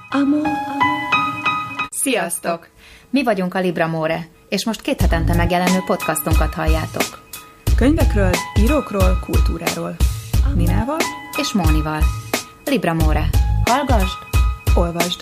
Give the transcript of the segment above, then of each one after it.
Amor. Sziasztok! Mi vagyunk a Libramore, és most 2 hetente megjelenő podcastunkat halljátok. Könyvekről, írókról, kultúráról. Ninával és Mónival. Libramore. Hallgasd, olvasd.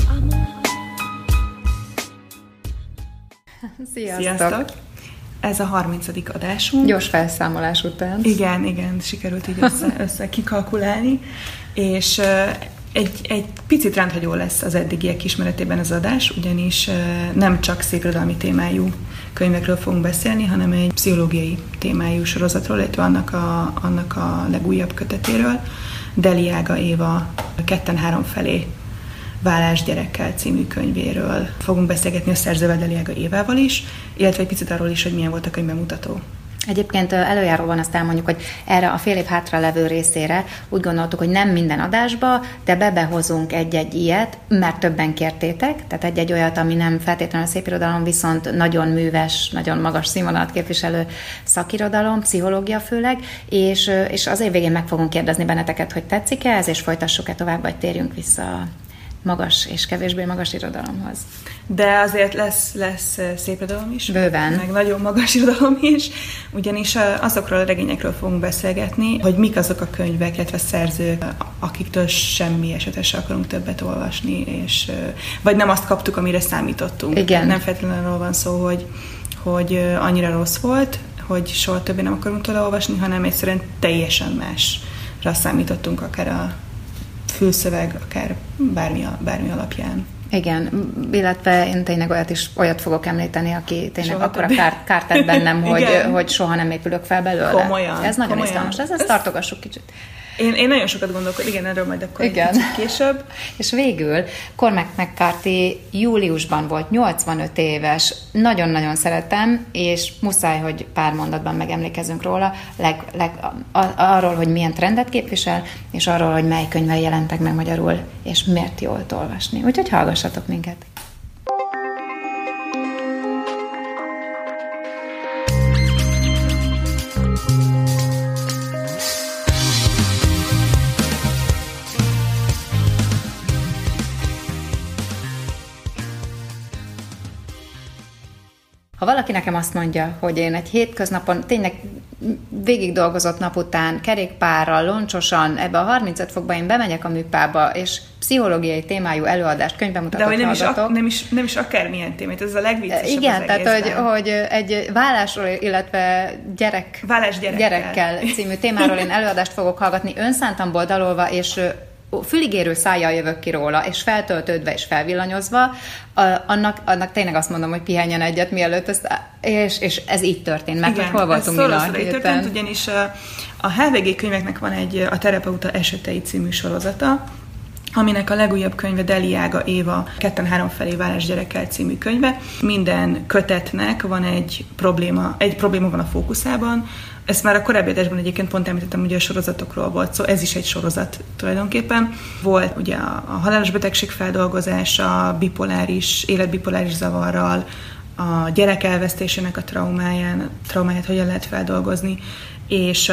Sziasztok! Ez a 30. adásunk. Gyors felszámolás után. Igen, sikerült így össze kikalkulálni, és egy picit rendhagyó lesz az eddigiek ismeretében az adás, ugyanis nem csak szépirodalmi témájú könyvekről fogunk beszélni, hanem egy pszichológiai témájú sorozatról, illetve annak a legújabb kötetéről, Deli Ága Éva Ketten három felé Válás gyerekkel című könyvéről fogunk beszélgetni a szerzővel, Deli Ága Évával is, illetve egy picit arról is, hogy milyen volt a könyvbemutató. Egyébként előjáróban azt elmondjuk, hogy erre a fél év hátra levő részére úgy gondoltuk, hogy nem minden adásba, de bebehozunk egy-egy ilyet, mert többen kértétek, tehát egy-egy olyat, ami nem feltétlenül a szépirodalom, viszont nagyon műves, nagyon magas színvonalat képviselő szakirodalom, pszichológia főleg, és az év végén meg fogunk kérdezni benneteket, hogy tetszik-e ez, és folytassuk-e tovább, vagy térjünk vissza a magas és kevésbé magas irodalomhoz. De azért lesz szép irodalom is. Bőven. Meg nagyon magas irodalom is, ugyanis azokról a regényekről fogunk beszélgetni, hogy mik azok a könyvek, illetve szerzők, akiktől semmi esetre se akarunk többet olvasni, és vagy nem azt kaptuk, amire számítottunk. Igen. Nem feltétlenül arról van szó, hogy annyira rossz volt, hogy soha többé nem akarunk tőle olvasni, hanem egyszerűen teljesen másra számítottunk, akár a fülszöveg, akár bármi alapján. Igen, illetve én tényleg olyat fogok említeni, aki tényleg akkora kárt tett bennem, hogy soha nem épülök fel belőle. Komolyan. Ez nagyon izgalmas, ezt tartogassuk kicsit. Én nagyon sokat gondolkodom, igen, erről majd akkor egy kicsit később. És végül Cormac McCarthy júliusban volt 85 éves, nagyon-nagyon szeretem, és muszáj, hogy pár mondatban megemlékezünk róla, arról, hogy milyen trendet képvisel, és arról, hogy mely könyvei jelentek meg magyarul, és miért jó olvasni. Úgyhogy hallgassatok minket! Ha valaki nekem azt mondja, hogy én egy hétköznapon tényleg végig dolgozott nap után, kerékpárral, loncsosan, ebbe a 35 fokba én bemegyek a műpába, és pszichológiai témájú előadást, könyvbemutatót hallgatok. De nem is akármilyen témát, ez a legviccesebb. Igen, tehát hogy egy vállásról, illetve gyerekkel című témáról én előadást fogok hallgatni, önszántamból dalolva, és füligérő szájjal jövök ki róla, és feltöltődve és felvillanyozva, annak tényleg azt mondom, hogy pihenjen egyet mielőtt és ez így történt, mert igen, hol voltunk mi a történt, ugyanis a HVG könyveknek van a Terapeuta esetei című sorozata, aminek a legújabb könyve Deli Ága Éva Ketten három felé Válás gyerekkel című könyve. Minden kötetnek van egy probléma van a fókuszában. Ezt már a korábbi adásban egyébként pont említettem, ugye a sorozatokról volt szó, ez is egy sorozat tulajdonképpen. Volt ugye a halálos betegség feldolgozása, életbipoláris zavarral, a gyerek elvesztésének a traumáját hogyan lehet feldolgozni, és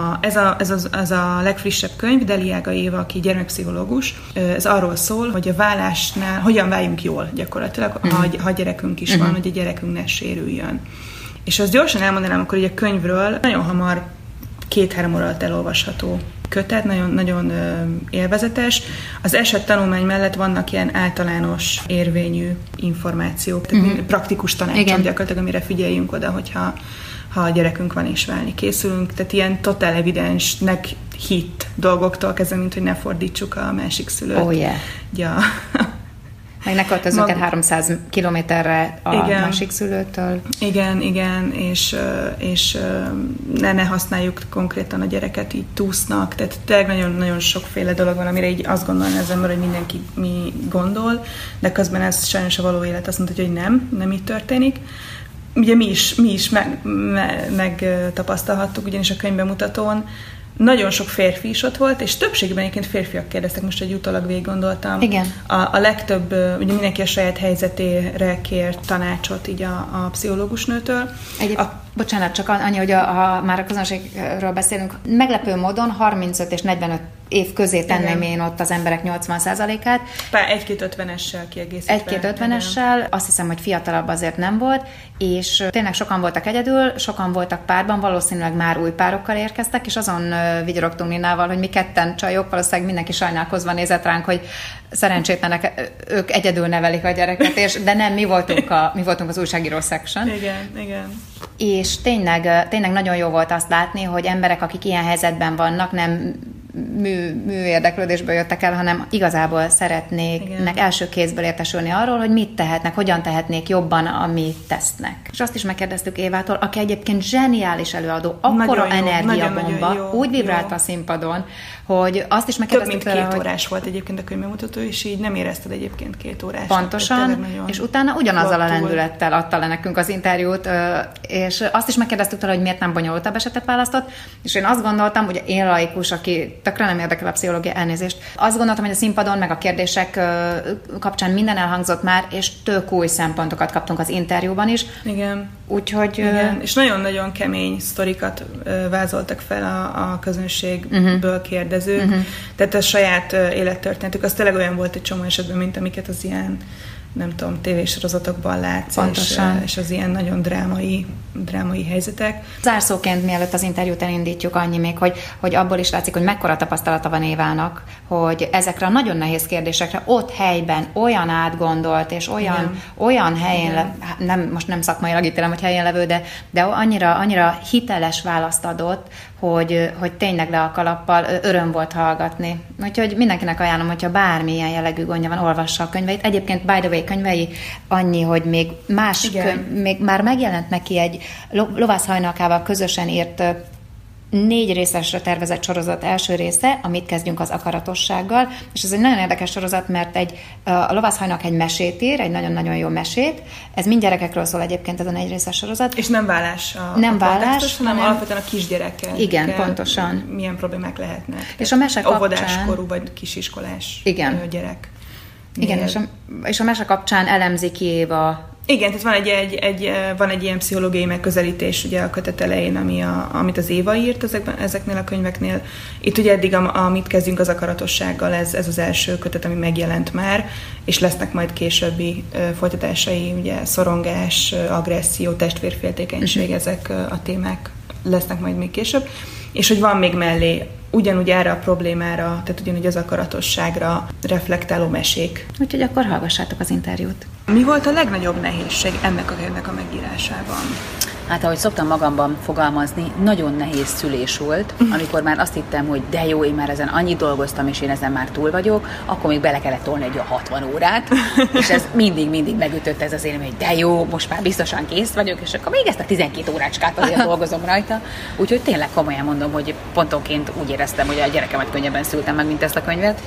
ez a legfrissebb könyv, Deli Ága Éva, aki gyermekpszichológus, ez arról szól, hogy a válásnál hogyan váljunk jól gyakorlatilag, ha gyerekünk is van, hogy a gyerekünk ne sérüljön. És azt gyorsan elmondanám akkor, hogy a könyvről nagyon hamar 2-3 óra alatt elolvasható kötet, nagyon, nagyon élvezetes. Az esettanulmány mellett vannak ilyen általános érvényű információk, tehát praktikus tanácsok gyakorlatilag, amire figyeljünk oda, hogyha a gyerekünk van és válni készülünk. Tehát ilyen totál evidensnek hitt dolgoktól kezdve, mint hogy ne fordítsuk a másik szülőt. Oh yeah. Ja. Meg ne költözünk el 300 kilométerre a másik szülőtől. Igen, és ne használjuk konkrétan a gyereket, így túsznak, tehát tényleg nagyon-nagyon sokféle dolog van, amire így azt gondolna az ember, hogy mindenki mi gondol, de közben ez sajnos a való élet azt mondta, hogy nem így történik. Ugye mi is megtapasztalhattuk, ugyanis a könyvbemutatón nagyon sok férfi is ott volt, és többségben egyébként férfiak kérdeztek, most egy utólag végig gondoltam. Igen. A legtöbb, ugye mindenki a saját helyzetére kért tanácsot így a pszichológusnőtől. Bocsánat, csak annyi, hogy már a közönségről beszélünk, meglepő módon 35 és 45 év közé tenném én ott az emberek 80%-át. Egy-két 50-essel kiegészítve. Egy-két 50-essel, azt hiszem, hogy fiatalabb azért nem volt, és tényleg sokan voltak egyedül, sokan voltak párban, valószínűleg már új párokkal érkeztek, és azon vigyorogtunk Ninával, hogy mi ketten csajok, valószínűleg mindenki sajnálkozva nézett ránk, hogy szerencsétlenek, ők egyedül nevelik a gyereket, de nem, mi voltunk az újságíró section. Igen. És tényleg nagyon jó volt azt látni, hogy emberek, akik ilyen helyzetben vannak, nem mű érdeklődésből jöttek el, hanem igazából szeretnék első kézből értesülni arról, hogy mit tehetnek, hogyan tehetnék jobban, amit tesznek. És azt is megkérdeztük Évától, aki egyébként zseniális előadó, akkora energiabomba, úgy vibrált a színpadon, hogy azt is megkérdeztük tőle, mint 2 órás volt egyébként a könyvbemutató, és így nem érezted egyébként 2 órás. Pontosan, és utána ugyanazzal a lendülettel adta le nekünk az interjút, és azt is megkérdeztük tőle, hogy miért nem bonyolultabb esetet választott, és én azt gondoltam, hogy én laikus, aki tökre nem érdekel a pszichológia, elnézést, azt gondoltam, hogy a színpadon meg a kérdések kapcsán minden elhangzott már, és tök új szempontokat kaptunk az interjúban is. Igen. Úgyhogy... Igen. És nagyon-nagyon kemény sztorikat vázoltak fel a közönségből kérdezők. Tehát a saját élettörténetük, az tényleg olyan volt egy csomó esetben, mint amiket az ilyen, nem tudom, tévésorozatokban látsz, és az ilyen nagyon drámai helyzetek. Zárszóként, mielőtt az interjút elindítjuk, annyi még, hogy abból is látszik, hogy mekkora tapasztalata van Évának, hogy ezekre a nagyon nehéz kérdésekre ott helyben olyan átgondolt, és olyan helyen, most nem szakmailag ítélem, hogy helyen levő, de annyira hiteles választ adott, hogy tényleg le a kalappal, öröm volt hallgatni. Úgyhogy mindenkinek ajánlom, hogyha bármilyen jellegű gondja van, olvassa a könyveit. Egyébként, by the way, könyvei annyi, hogy még még már megjelent neki egy Lovász-Hajnalkával közösen írt 4 részesre tervezett sorozat első része, amit kezdjünk az akaratossággal, és ez egy nagyon érdekes sorozat, mert a Lovász-Hajnalka egy mesét ír, egy nagyon-nagyon jó mesét. Ez mind gyerekekről szól egyébként ez a 4 részes sorozat. És nem vállás nem vállás, hanem alapvetően a kisgyerekkel. Igen, pontosan. Milyen problémák lehetnek. És a mese kapcsán... Óvodáskorú vagy kisiskolás gyerek. Igen, és a mese kapcsán elemzi ki Éva. Igen, tehát van egy ilyen pszichológiai megközelítés ugye a kötet elején, amit az Éva írt ezeknél a könyveknél. Itt ugye eddig, amit kezdünk az akaratossággal, ez az első kötet, ami megjelent már, és lesznek majd későbbi folytatásai, ugye szorongás, agresszió, testvérféltékenység, ezek a témák lesznek majd még később. És hogy van még mellé ugyanúgy erre a problémára, tehát ugyanúgy az akaratosságra reflektáló mesék. Úgyhogy akkor hallgassátok az interjút. Mi volt a legnagyobb nehézség ennek a könyvnek a megírásában? Hát, ahogy szoktam magamban fogalmazni, nagyon nehéz szülés volt, amikor már azt hittem, hogy de jó, én már ezen annyit dolgoztam, és én ezen már túl vagyok, akkor még bele kellett tolni egy 60 órát, és ez mindig megütött ez az élmény, hogy de jó, most már biztosan kész vagyok, és akkor még ezt a 12 órácskát azért dolgozom rajta. Úgyhogy tényleg komolyan mondom, hogy pontonként úgy éreztem, hogy a gyerekemet könnyebben szültem meg, mint ezt a könyvet.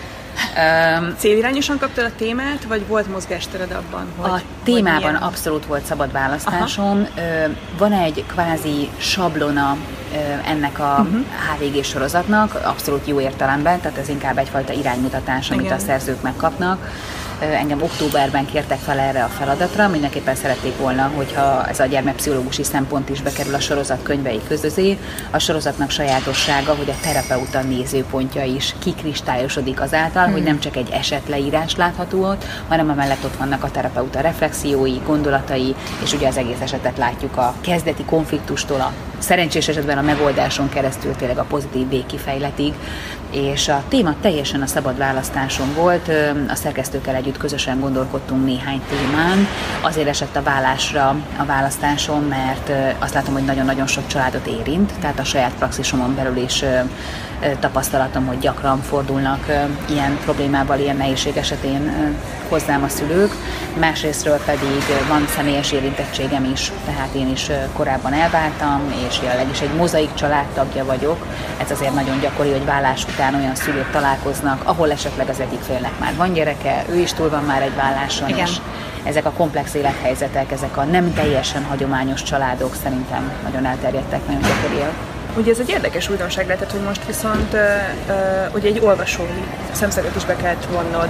Célirányosan kaptad a témát, vagy volt mozgástered abban? A témában abszolút volt szabad választásom. Van egy kvázi sablona ennek a HVG sorozatnak, abszolút jó értelemben, tehát ez inkább egyfajta iránymutatás, amit a szerzők megkapnak. Engem októberben kértek fel erre a feladatra, mindenképpen szerették volna, hogyha ez a gyermekpszichológusi szempont is bekerül a sorozat könyvei közé. A sorozatnak sajátossága, hogy a terapeuta nézőpontja is kikristályosodik azáltal, hogy nem csak egy esetleírás látható ott, hanem amellett ott vannak a terapeuta reflexiói, gondolatai, és ugye az egész esetet látjuk a kezdeti konfliktustól, a szerencsés esetben a megoldáson keresztül tényleg a pozitív végkifejletig, és a téma teljesen a szabad választásom volt, a szerkesztőkkel együtt közösen gondolkodtunk néhány témán, azért esett a vállásra a választásom, mert azt látom, hogy nagyon-nagyon sok családot érint, tehát a saját praxisomon belül is tapasztalatom, hogy gyakran fordulnak ilyen problémával, ilyen nehézség esetén hozzám a szülők, másrésztről pedig van személyes érintettségem is, tehát én is korábban elváltam, és jelenleg is egy mozaik családtagja vagyok. Ez azért nagyon gyakori, hogy vállás után olyan szülők találkoznak, ahol esetleg az egyik félnek már van gyereke, ő is túl van már egy válláson, igen. És ezek a komplex élethelyzetek, ezek a nem teljesen hagyományos családok szerintem nagyon elterjedtek, nagyon gyakoriak. Ugye ez egy érdekes újdonság lehetett, hogy most viszont ugye egy olvasói szemszöget is be kellett vonnod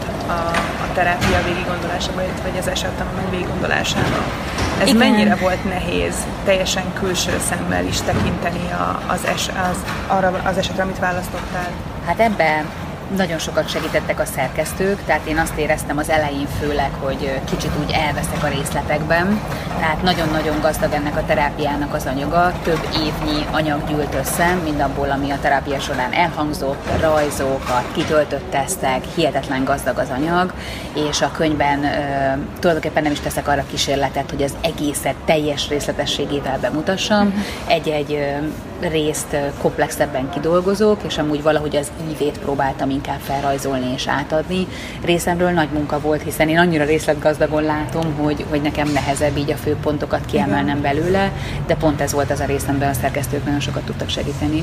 a terápia végiggondolásába, vagy az esettanulmány végiggondolásába. Ez igen. Mennyire volt nehéz teljesen külső szemmel is tekinteni arra az esetre, amit választottál? Hát ebbe nagyon sokat segítettek a szerkesztők, tehát én azt éreztem az elején főleg, hogy kicsit úgy elveszek a részletekben, tehát nagyon-nagyon gazdag ennek a terápiának az anyaga, több évnyi anyag gyűlt össze, mindabból, ami a terápia során elhangzott, rajzok, kitöltött tesztek, hihetetlen gazdag az anyag, és a könyvben tulajdonképpen nem is teszek arra kísérletet, hogy az egészet teljes részletességével bemutassam, egy-egy részt komplexebben kidolgozok, és amúgy valahogy az ívét próbáltam inkább felrajzolni és átadni. Részemről nagy munka volt, hiszen én annyira részletgazdagon látom, hogy nekem nehezebb így a fő pontokat kiemelnem belőle, de pont ez volt az a részemben, a szerkesztők nagyon sokat tudtak segíteni.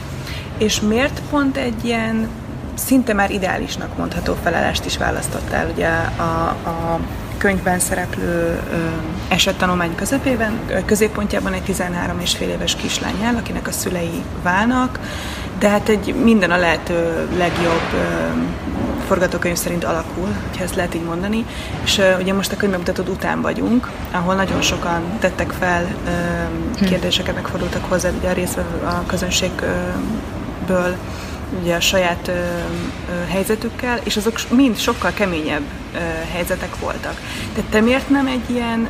És miért pont egy ilyen szinte már ideálisnak mondható felállást is választottál? Ugye a könyvben szereplő esettanulmány középpontjában egy 13,5 éves kislány áll, akinek a szülei válnak, de hát egy minden a lehető legjobb forgatókönyv szerint alakul, hogyha ezt lehet így mondani, és ugye most a könyvbemutató után vagyunk, ahol nagyon sokan tettek fel kérdéseket, megfordultak hozzá ugye a közönségből, ugye a saját helyzetükkel, és azok mind sokkal keményebb helyzetek voltak. Tehát te miért nem egy ilyen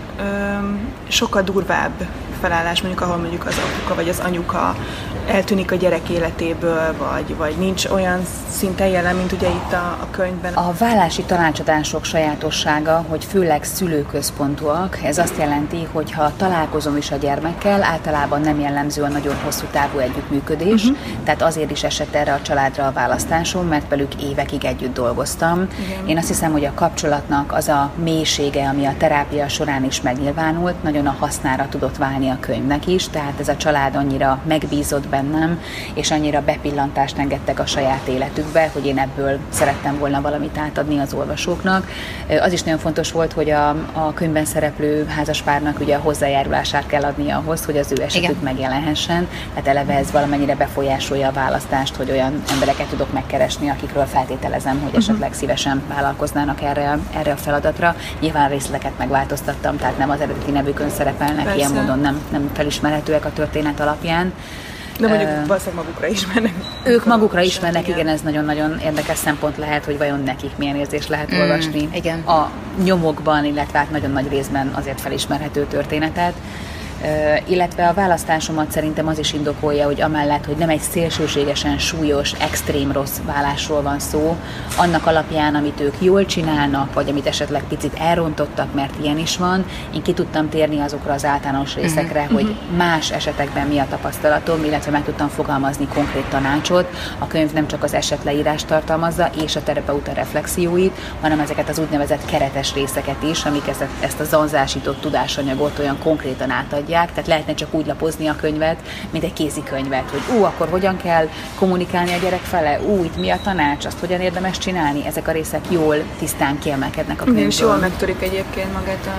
sokkal durvább felállás, mondjuk ahol mondjuk az apuka vagy az anyuka eltűnik a gyerek életéből, vagy nincs olyan szinten jelen, mint ugye itt a könyvben. A vállási tanácsadások sajátossága, hogy főleg szülőközpontúak, ez azt jelenti, hogy ha találkozom is a gyermekkel, általában nem jellemző a nagyon hosszú távú együttműködés, tehát azért is esett erre a családra a választásom, mert velük évekig együtt dolgoztam. Igen. Én azt hiszem, hogy a kapcsolatnak az a mélysége, ami a terápia során is megnyilvánult, nagyon a hasznára tudott válni a könyvnek is, tehát ez a család annyira megbízott bennem, és annyira bepillantást engedtek a saját életükbe, hogy én ebből szerettem volna valamit átadni az olvasóknak. Az is nagyon fontos volt, hogy a könyvben szereplő házaspárnak ugye a hozzájárulását kell adni ahhoz, hogy az ő esetük megjelenhessen, tehát eleve ez valamennyire befolyásolja a választást, hogy olyan embereket tudok megkeresni, akikről feltételezem, hogy esetleg szívesen vállalkoznának erre a feladatra. Nyilván részleteket megváltoztattam, tehát nem az eredeti nevükön szerepelnek, persze. Ilyen módon nem felismerhetőek a történet alapján. De mondjuk valószínűleg magukra ismernek. Ők magukra ismernek, igen, ez nagyon-nagyon érdekes szempont lehet, hogy vajon nekik milyen érzés lehet olvasni igen. A nyomokban, illetve hát nagyon nagy részben azért felismerhető történetet. Illetve a választásomat szerintem az is indokolja, hogy amellett, hogy nem egy szélsőségesen súlyos, extrém rossz vállásról van szó, annak alapján, amit ők jól csinálnak, vagy amit esetleg picit elrontottak, mert ilyen is van, én ki tudtam térni azokra az általános részekre, hogy más esetekben mi a tapasztalatom, illetve meg tudtam fogalmazni konkrét tanácsot. A könyv nem csak az esetleírást tartalmazza, és a terapeuta reflexióit, hanem ezeket az úgynevezett keretes részeket is, amik ezt a zanzásított tudásanyagot olyan konkrétan átadják. Tehát lehetne csak úgy lapozni a könyvet, mint egy kézikönyvet, hogy akkor hogyan kell kommunikálni a gyerek fele, itt mi a tanács, azt hogyan érdemes csinálni, ezek a részek jól, tisztán kiemelkednek a könyvből. És jól megtörik egyébként magát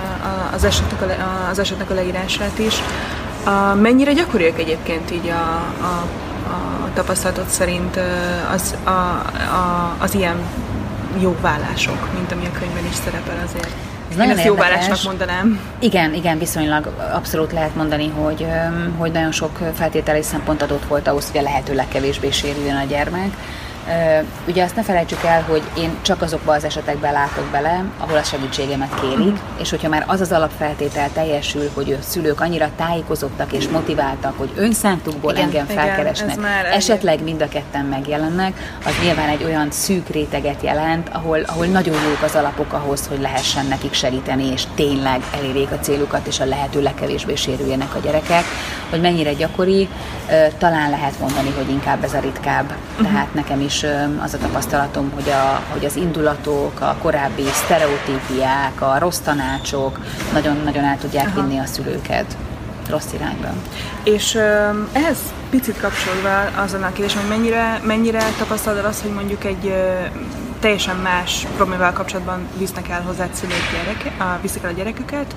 az esetnek a leírását is. Mennyire gyakoriak egyébként így a tapasztalatot szerint az ilyen jó vállások, mint ami a könyvben is szerepel azért? Én ezt jó vállásnak mondanám. Igen, viszonylag abszolút lehet mondani, hogy nagyon sok feltételi szempont adott volt ahhoz, hogy a lehető legkevésbé sérüljön a gyermek. Ugye azt ne felejtsük el, hogy én csak azokba az esetekben látok bele, ahol a segítségemet kérik, és hogyha már az az alapfeltétel teljesül, hogy a szülők annyira tájékozottak és motiváltak, hogy önszántukból engem felkeresnek, esetleg mind a ketten megjelennek, az nyilván egy olyan szűk réteget jelent, ahol nagyon jók az alapok ahhoz, hogy lehessen nekik segíteni, és tényleg elérjék a célukat, és a lehető legkevésbé sérüljenek a gyerekek. Hogy mennyire gyakori, talán lehet mondani, hogy inkább ez a ritkább. Tehát nekem is az a tapasztalatom, hogy az indulatok, a korábbi sztereotípiák, a rossz tanácsok nagyon el tudják vinni a szülőket rossz irányba. És ehhez picit kapcsolva azon a kérdés, hogy mennyire tapasztalod azt, hogy mondjuk egy teljesen más problémával kapcsolatban visznek el hozzá szülők viszik el a gyereküket,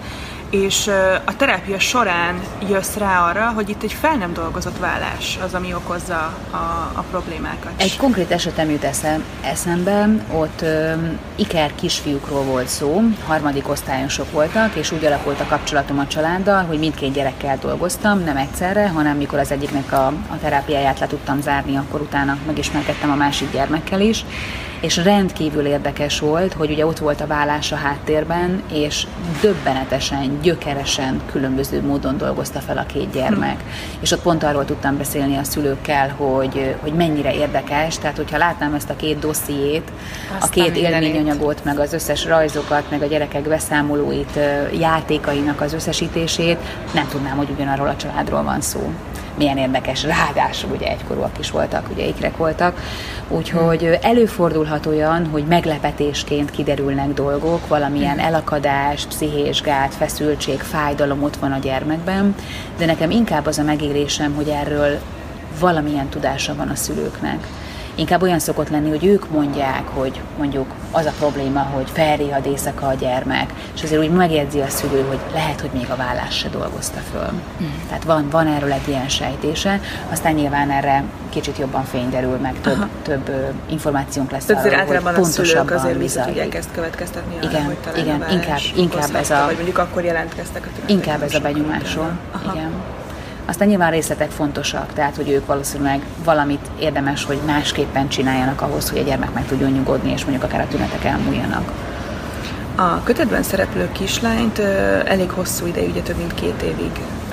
és a terápia során jössz rá arra, hogy itt egy fel nem dolgozott vállás az, ami okozza a problémákat. Egy konkrét esetem jut eszembe, ott iker kisfiúkról volt szó, harmadik osztályosok voltak, és úgy alakult a kapcsolatom a családdal, hogy mindkét gyerekkel dolgoztam, nem egyszerre, hanem mikor az egyiknek a terápiáját le tudtam zárni, akkor utána megismerkedtem a másik gyermekkel is, és rendkívül érdekes volt, hogy ugye ott volt a vállás a háttérben, és döbbenetesen, gyökeresen különböző módon dolgozta fel a két gyermek. És ott pont arról tudtam beszélni a szülőkkel, hogy mennyire érdekes, tehát hogyha látnám ezt a két dossziét, a két élményanyagot, meg az összes rajzokat, meg a gyerekek beszámolóit, játékainak az összesítését, nem tudnám, hogy ugyanarról a családról van szó. Milyen érdekes, ráadásul ugye egykorúak is voltak, ugye ikrek voltak, úgyhogy előfordulhat olyan, hogy meglepetésként kiderülnek dolgok, valamilyen elakadás, pszichés gát, feszültség, fájdalom ott van a gyermekben, de nekem inkább az a megélésem, hogy erről valamilyen tudása van a szülőknek. Inkább olyan szokott lenni, hogy ők mondják, hogy mondjuk az a probléma, hogy felrihad éjszaka a gyermek, és azért úgy megjegyzi a szülő, hogy lehet, hogy még a vállás se dolgozta föl. Tehát van erről egy ilyen sejtése, aztán nyilván erre kicsit jobban fény derül, meg több információnk lesz arról, hogy pontosabban azért vissza tudják ezt következtetni arra, igen, hogy talán igen, a vállás inkább ez a... Vagy mondjuk akkor jelentkeztek a tünetek. Inkább ez a benyomásról. Igen. Aztán nyilván részletek fontosak, tehát hogy ők valószínűleg valamit érdemes, hogy másképpen csináljanak ahhoz, hogy a gyermek meg tudjon nyugodni, és mondjuk akár a tünetek elmúljanak. A kötetben szereplő kislányt elég hosszú ideig, ugye több mint 2 évig,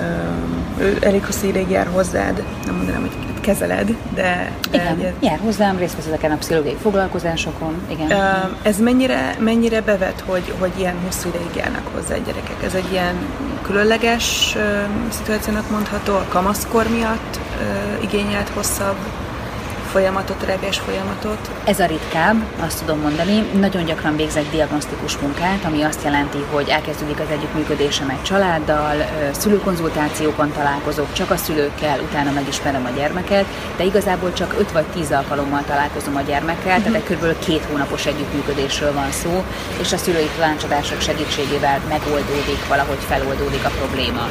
ő elég hosszú ideig jár hozzád, nem mondanám, hogy kezeled, de igen, jár hozzám, részt vesz ezeken a pszichológiai foglalkozásokon, igen. Ez mennyire bevet, hogy ilyen hosszú ideig járnak hozzá gyerekek? Ez egy ilyen különleges szituációnak mondható, a kamaszkor miatt igényelt hosszabb folyamatot, reges folyamatot? Ez a ritkább, azt tudom mondani. Nagyon gyakran végzek diagnosztikus munkát, ami azt jelenti, hogy elkezdődik az együttműködésem egy családdal, szülőkonzultációkon találkozok, csak a szülőkkel, utána megismerem a gyermeket, de igazából csak 5 vagy 10 alkalommal találkozom a gyermekkel, tehát egy kb. 2 hónapos együttműködésről van szó, és a szülői tanácsadások segítségével megoldódik, valahogy feloldódik a probléma.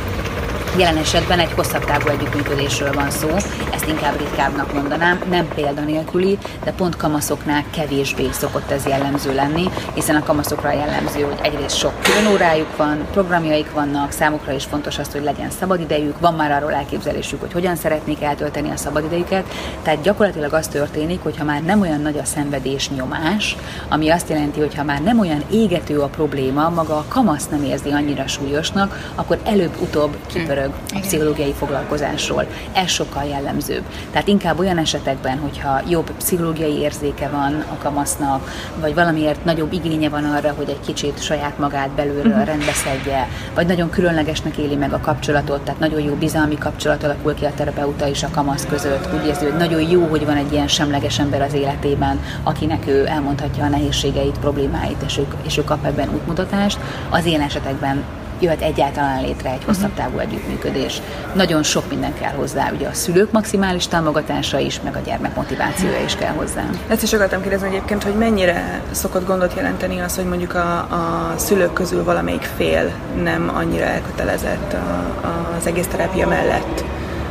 Jelen esetben egy hosszabb távú együttműködésről van szó, ezt inkább ritkábbnak mondanám, nem példanélküli, de pont kamaszoknál kevésbé szokott ez jellemző lenni, hiszen a kamaszokra jellemző, hogy egyrészt sok különórájuk van, programjaik vannak, számukra is fontos az, hogy legyen szabadidejük, van már arról elképzelésük, hogy hogyan szeretnék eltölteni a szabadidejüket, tehát gyakorlatilag az történik, hogy ha már nem olyan nagy a szenvedés nyomás, ami azt jelenti, hogy ha már nem olyan égető a probléma, maga a kamasz nem érzi annyira súlyosnak, akkor előbb-utóbb kipörög a pszichológiai foglalkozásról. Ez sokkal jellemzőbb. Tehát inkább olyan esetekben, hogyha jobb pszichológiai érzéke van a kamasznak, vagy valamiért nagyobb igénye van arra, hogy egy kicsit saját magát belülről rendbeszedje, vagy nagyon különlegesnek éli meg a kapcsolatot, tehát nagyon jó bizalmi kapcsolat alakul ki a terapeuta és a kamasz között. Úgy érzi, hogy nagyon jó, hogy van egy ilyen semleges ember az életében, akinek ő elmondhatja a nehézségeit, problémáit, és ő kap ebben útmutatást. Az ilyen esetekben jöhet egyáltalán létre egy hosszabb távú együttműködés. Nagyon sok minden kell hozzá, ugye a szülők maximális támogatása is, meg a gyermek motivációja is kell hozzá. Ezt is akartam kérdezni egyébként, hogy mennyire szokott gondot jelenteni az, hogy mondjuk a szülők közül valamelyik fél nem annyira elkötelezett az egész terápia mellett,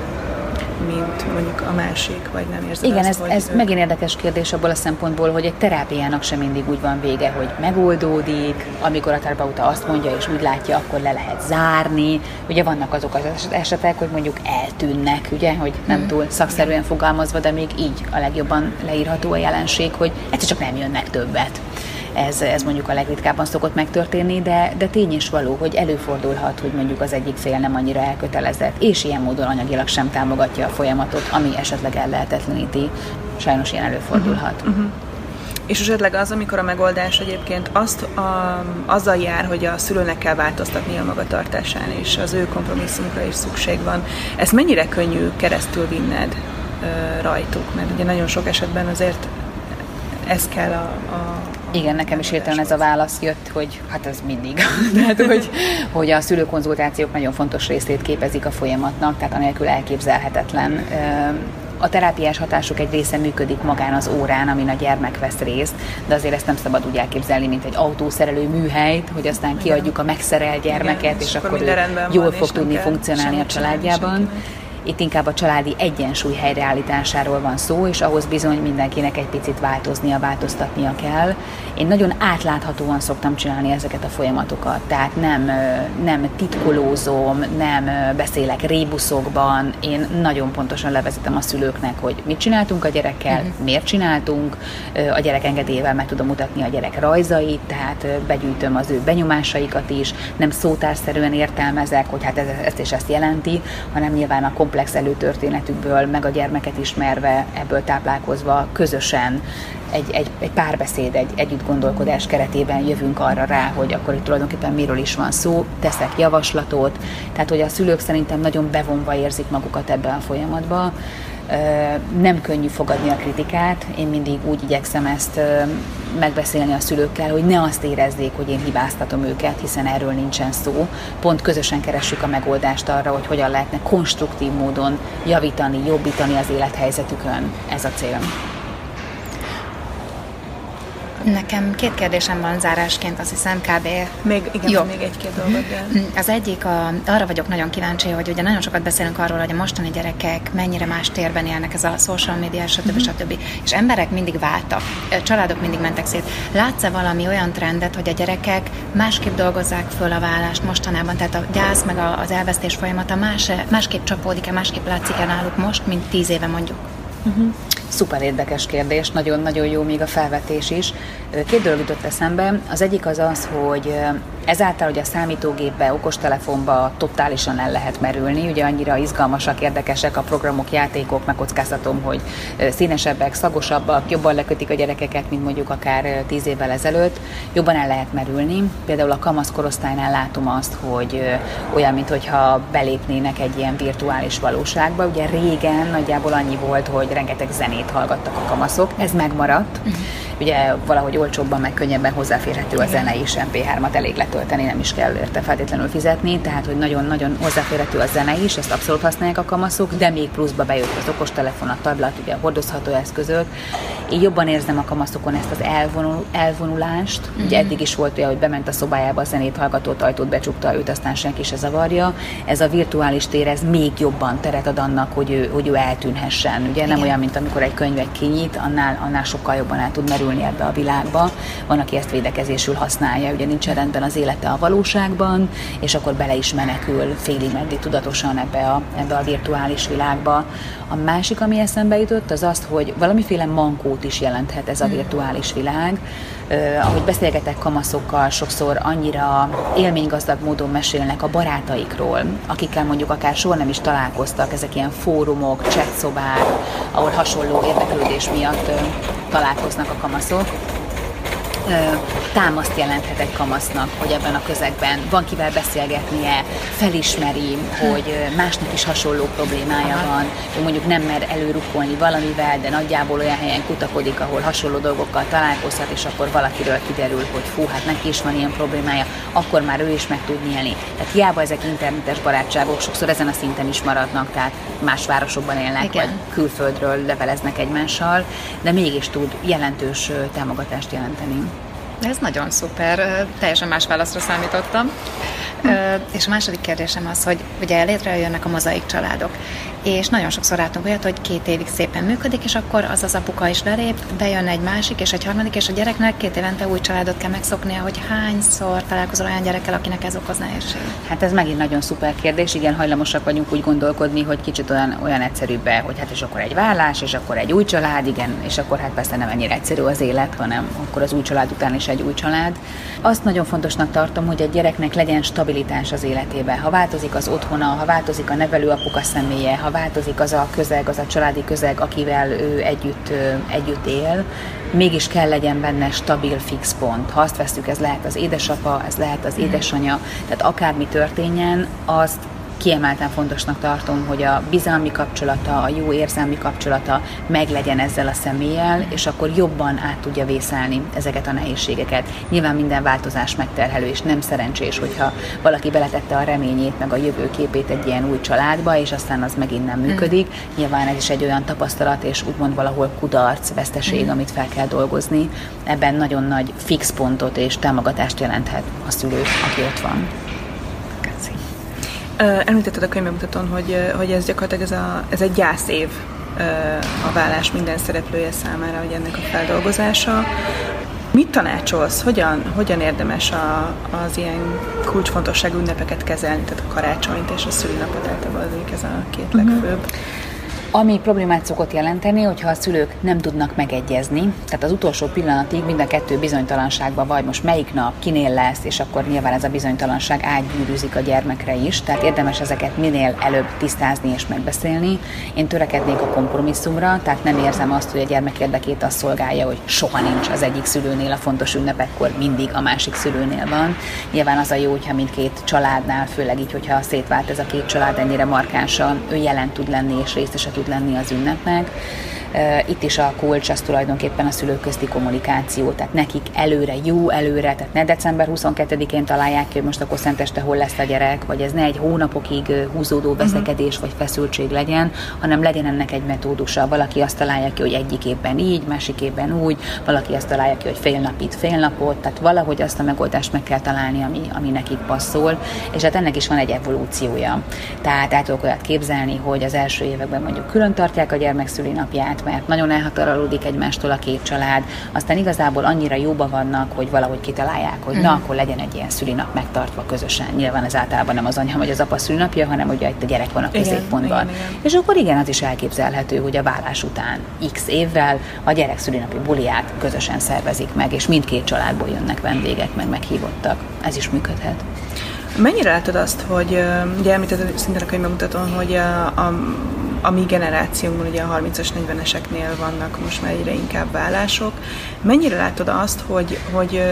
mint mondjuk a másik, vagy nem érzed igen, azt, ez megint érdekes kérdés abból a szempontból, hogy egy terápiának sem mindig úgy van vége, hogy megoldódik, amikor a terapeuta azt mondja, és úgy látja, akkor le lehet zárni. Ugye vannak azok az esetek, hogy mondjuk eltűnnek, ugye, hogy nem túl szakszerűen fogalmazva, de még így a legjobban leírható a jelenség, hogy egyszer csak nem jönnek többet. Ez mondjuk a legritkábban szokott megtörténni, de tény is való, hogy előfordulhat, hogy mondjuk az egyik fél nem annyira elkötelezett, és ilyen módon anyagilag sem támogatja a folyamatot, ami esetleg ellehetetleníti. Sajnos ilyen előfordulhat. És esetleg az, amikor a megoldás egyébként azzal jár, hogy a szülőnek kell változtatni a magatartásán, és az ő kompromisszumra is szükség van. Ezt mennyire könnyű keresztül vinned rajtuk? Mert ugye nagyon sok esetben azért ez kell igen, nekem is hirtelen ez a válasz jött, hogy hát ez mindig. Tehát, hogy a szülőkonzultációk nagyon fontos részét képezik a folyamatnak, tehát anélkül elképzelhetetlen A terápiás hatások egy része működik magán az órán, amin a gyermek vesz részt, de azért ezt nem szabad úgy elképzelni, mint egy autószerelő műhelyt, hogy aztán kiadjuk a megszerelt gyermeket, és akkor ő jól fog tudni funkcionálni a családjában. Itt inkább a családi egyensúly helyreállításáról van szó, és ahhoz bizony mindenkinek egy picit változtatnia kell. Én nagyon átláthatóan szoktam csinálni ezeket a folyamatokat, tehát nem titkolózom, nem beszélek rébuszokban, én nagyon pontosan levezetem a szülőknek, hogy mit csináltunk a gyerekkel, miért csináltunk, a gyerek engedélyével meg tudom mutatni a gyerek rajzait, tehát begyűjtöm az ő benyomásaikat is, nem szótárszerűen értelmezek, hogy hát ezt és ezt jelenti, hanem nyilván a komplex előtörténetükből, meg a gyermeket ismerve, ebből táplálkozva közösen egy párbeszéd, egy együttgondolkodás keretében jövünk arra rá, hogy akkor itt tulajdonképpen miről is van szó, teszek javaslatot, tehát hogy a szülők szerintem nagyon bevonva érzik magukat ebbe a folyamatba. Nem könnyű fogadni a kritikát, én mindig úgy igyekszem ezt megbeszélni a szülőkkel, hogy ne azt érezzék, hogy én hibáztatom őket, hiszen erről nincsen szó. Pont közösen keressük a megoldást arra, hogy hogyan lehetne konstruktív módon javítani, jobbítani az élethelyzetükön. Ez a cél. Nekem 2 kérdésem van zárásként, azt hiszem kb. Még egy-két dolgot. De... Az egyik, arra vagyok nagyon kíváncsi, hogy ugye nagyon sokat beszélünk arról, hogy a mostani gyerekek mennyire más térben élnek, ez a social media, stb. És emberek mindig váltak, családok mindig mentek szét. Látsz-e valami olyan trendet, hogy a gyerekek másképp dolgozzák föl a válást mostanában, tehát a gyász meg az elvesztés folyamata másképp csapódik-e, másképp látszik-e náluk most, mint 10 éve mondjuk? Szuper érdekes kérdés, nagyon-nagyon jó még a felvetés is. 2 dolog jutott eszembe. Az egyik az, hogy ezáltal, hogy a számítógépbe, okostelefonba totálisan el lehet merülni, ugye annyira izgalmasak, érdekesek a programok, játékok, megkockáztatom, hogy színesebbek, szagosabbak, jobban lekötik a gyerekeket, mint mondjuk akár 10 évvel ezelőtt, jobban el lehet merülni. Például a kamasz korosztálynál látom azt, hogy olyan, mintha belépnének egy ilyen virtuális valóságba. Ugye régen nagyjából annyi volt, hogy rengeteg zenét hallgattak a kamaszok, ez megmaradt. Ugye valahogy olcsóbban, meg könnyebben hozzáférhető a zene is, MP3-at elég letölteni, nem is kell érte feltétlenül fizetni, tehát hogy nagyon-nagyon hozzáférhető a zene is, ezt abszolút használják a kamaszok, de még pluszba bejött az okostelefon, a tablet, ugye a hordozható eszközök. Én jobban érzem a kamaszokon ezt az elvonulást. Ugye eddig is volt olyan, hogy bement a szobájába, a zenét hallgatott, ajtót becsukta, őt aztán senki se zavarja. Ez a virtuális tér, ez még jobban teret ad annak, hogy ő eltűnhessen. Ugye nem olyan, mint amikor egy könyvet kinyit, annál sokkal jobban el tud merülni ebbe a világba. Van, aki ezt védekezésül használja, ugye nincsen rendben az élete a valóságban, és akkor bele is menekül félig meddig tudatosan ebbe a virtuális világba. A másik, ami eszembe jutott, az, hogy valamiféle mankót is jelenthet ez a virtuális világ. Ahogy beszélgetek kamaszokkal, sokszor annyira élménygazdag módon mesélnek a barátaikról, akikkel mondjuk akár soha nem is találkoztak, ezek ilyen fórumok, chatszobák, ahol hasonló érdeklődés miatt találkoznak a kamaszok. Támaszt jelenthet egy kamasznak, hogy ebben a közegben van kivel beszélgetnie, felismeri, hogy másnak is hasonló problémája van, hogy mondjuk nem mer előrukkolni valamivel, de nagyjából olyan helyen kutakodik, ahol hasonló dolgokkal találkozhat, és akkor valakiről kiderül, hogy fú, hát neki is van ilyen problémája, akkor már ő is meg tud nyílni. Tehát hiába ezek internetes barátságok, sokszor ezen a szinten is maradnak, tehát más városokban élnek, igen, vagy külföldről leveleznek egymással, de mégis tud jelentős támogatást jelenteni. Ez nagyon szuper, teljesen más válaszra számítottam. És a második kérdésem az, hogy ugye létrejönnek a mozaik családok, és nagyon sokszor látunk olyat, hogy 2 évig szépen működik, és akkor az apuka is lelép, bejön egy másik és egy harmadik, és a gyereknek 2 évente új családot kell megszoknia, hogy hányszor találkozol olyan gyerekkel, akinek ez okoz nehézséget. Hát ez megint nagyon szuper kérdés, igen, hajlamosak vagyunk úgy gondolkodni, hogy kicsit olyan egyszerűbb, hogy hát és akkor egy vállás, és akkor egy új család, igen, és akkor hát persze nem ennyire egyszerű az élet, hanem akkor az új család után is egy új család. Azt nagyon fontosnak tartom, hogy egy gyereknek legyen stabilitás az életében. Ha változik az otthona, ha változik a nevelőapuka személye, ha változik az a közeg, az a családi közeg, akivel ő együtt él, mégis kell legyen benne stabil, fix pont. Ha azt veszük, ez lehet az édesapa, ez lehet az édesanyja, tehát akármi történjen, azt kiemelten fontosnak tartom, hogy a bizalmi kapcsolata, a jó érzelmi kapcsolata meglegyen ezzel a személlyel, és akkor jobban át tudja vészelni ezeket a nehézségeket. Nyilván minden változás megterhelő, és nem szerencsés, hogyha valaki beletette a reményét, meg a jövőképét egy ilyen új családba, és aztán az megint nem működik. Nyilván ez is egy olyan tapasztalat, és úgymond valahol kudarc, veszteség, amit fel kell dolgozni. Ebben nagyon nagy fix pontot és támogatást jelenthet a szülő, aki ott van. Említetted a könyvbemutatón, hogy ez gyakorlatilag ez egy gyászév a vállás minden szereplője számára, hogy ennek a feldolgozása. Mit tanácsolsz? Hogyan érdemes az ilyen kulcsfontosságú ünnepeket kezelni, tehát a karácsonyt és a szülinapot, általában ez a két legfőbb? Ami problémát szokott jelenteni, hogyha a szülők nem tudnak megegyezni, tehát az utolsó pillanatig mind a kettő bizonytalanságban vagy, most melyik nap, kinél lesz, és akkor nyilván ez a bizonytalanság átgyűrűzik a gyermekre is, tehát érdemes ezeket minél előbb tisztázni és megbeszélni. Én törekednék a kompromisszumra, tehát nem érzem azt, hogy a gyermek érdekét azt szolgálja, hogy soha nincs az egyik szülőnél a fontos ünnepekkor, mindig a másik szülőnél van. Nyilván az a jó, hogyha mindkét családnál, főleg így, hogyha szétvált ez a két család ennyire markánsan, ő jelen tud lenni és részese tud lenni az ünnepnek. Itt is a kulcs az tulajdonképpen a szülők közti kommunikáció, tehát nekik előre, tehát ne december 22-én találják ki, hogy most akkor szenteste hol lesz a gyerek, vagy ez ne egy hónapokig húzódó veszekedés vagy feszültség legyen, hanem legyen ennek egy metódusa. Valaki azt találja ki, hogy egyik évben így, másik évben úgy, valaki azt találja ki, hogy fél nap itt, fél napot, tehát valahogy azt a megoldást meg kell találni, ami nekik passzol, és hát ennek is van egy evolúciója. Tehát el tudok olyat képzelni, hogy az első években mondjuk külön tartják a gyermek szülinapját, mert nagyon elhatárolódik egymástól a két család, aztán igazából annyira jóba vannak, hogy valahogy kitalálják, hogy na, akkor legyen egy ilyen szülinap megtartva közösen. Nyilván ez általában nem az anya vagy az apa szülinapja, hanem ugye itt a gyerek van a középpontban. Igen. És akkor igen, az is elképzelhető, hogy a vállás után x évvel a gyerek szülinapi buliát közösen szervezik meg, és mindkét családból jönnek vendégek, meg meghívottak. Ez is működhet. Mennyire látod azt, hogy ugye említetted szintén a könyvbemutatón, hogy a mi generációnkban, ugye a 30-as, 40-eseknél vannak most már egyre inkább vállások. Mennyire látod azt, hogy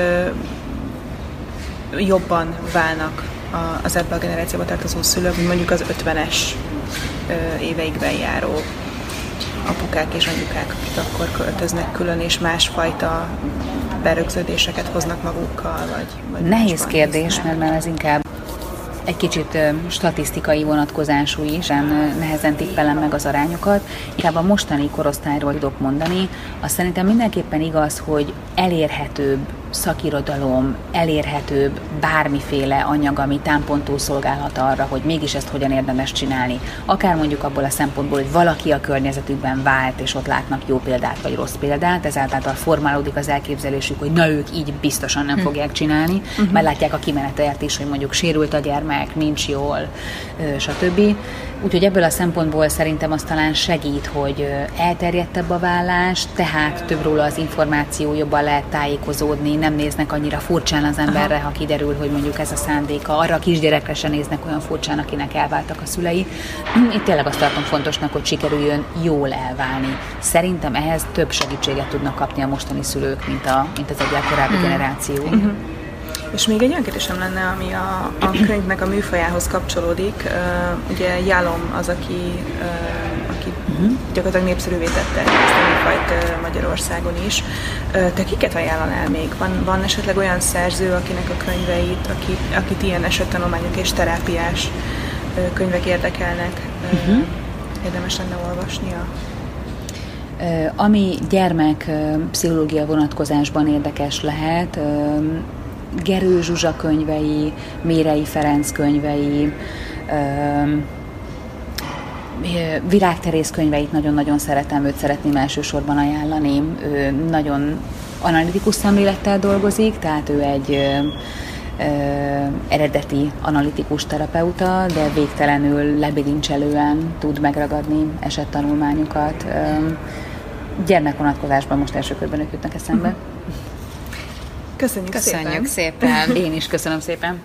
jobban válnak az ebbe a generációba tartozó szülők, mint mondjuk az 50-es éveikben járó apukák és anyukák, akik akkor költöznek külön, és másfajta berögződéseket hoznak magukkal, vagy nehéz kérdés, mert ez inkább egy kicsit statisztikai vonatkozású is, nehezen tippelem meg az arányokat. Inkább a mostani korosztályról tudok mondani. Azt szerintem mindenképpen igaz, hogy elérhetőbb szakirodalom, elérhetőbb bármiféle anyag, ami támponttól szolgálhat arra, hogy mégis ezt hogyan érdemes csinálni. Akár mondjuk abból a szempontból, hogy valaki a környezetükben vált, és ott látnak jó példát vagy rossz példát, ezáltal formálódik az elképzelésük, hogy na, ők így biztosan nem fogják csinálni, mert látják a kimenetelt is, hogy mondjuk sérült a gyermek, nincs jól, stb. Úgyhogy ebből a szempontból szerintem az talán segít, hogy elterjedtebb a vállás, tehát több róla az információ, jobban lehet tájékozódni, nem néznek annyira furcsán az emberre, ha kiderül, hogy mondjuk ez a szándéka. Arra a kisgyerekre se néznek olyan furcsán, akinek elváltak a szülei. Itt tényleg azt tartom fontosnak, hogy sikerüljön jól elválni. Szerintem ehhez több segítséget tudnak kapni a mostani szülők, mint az egyel korábbi generáció. És még egy olyan kérdésem lenne, ami a könyvnek a műfajához kapcsolódik. Ugye Yalom az, aki gyakorlatilag népszerűvé tette ezt a műfajt Magyarországon is. Te kiket ajánlanál még? Van esetleg olyan szerző, akinek a könyveit, akit ilyen esettanulmányok és terápiás könyvek érdekelnek, érdemes lenne olvasnia? Ami gyermek pszichológia vonatkozásban érdekes lehet, Gerő Zsuzsa könyvei, Mérei Ferenc könyvei, Virág Teréz könyveit nagyon-nagyon szeretem, őt szeretném elsősorban ajánlani. Ő nagyon analitikus szemlélettel dolgozik, tehát ő egy eredeti analitikus terapeuta, de végtelenül lebilincselően tud megragadni esettanulmányokat. Gyermekvonatkozásban most első körben ők jutnak eszembe. Köszönjük szépen. Én is köszönöm szépen.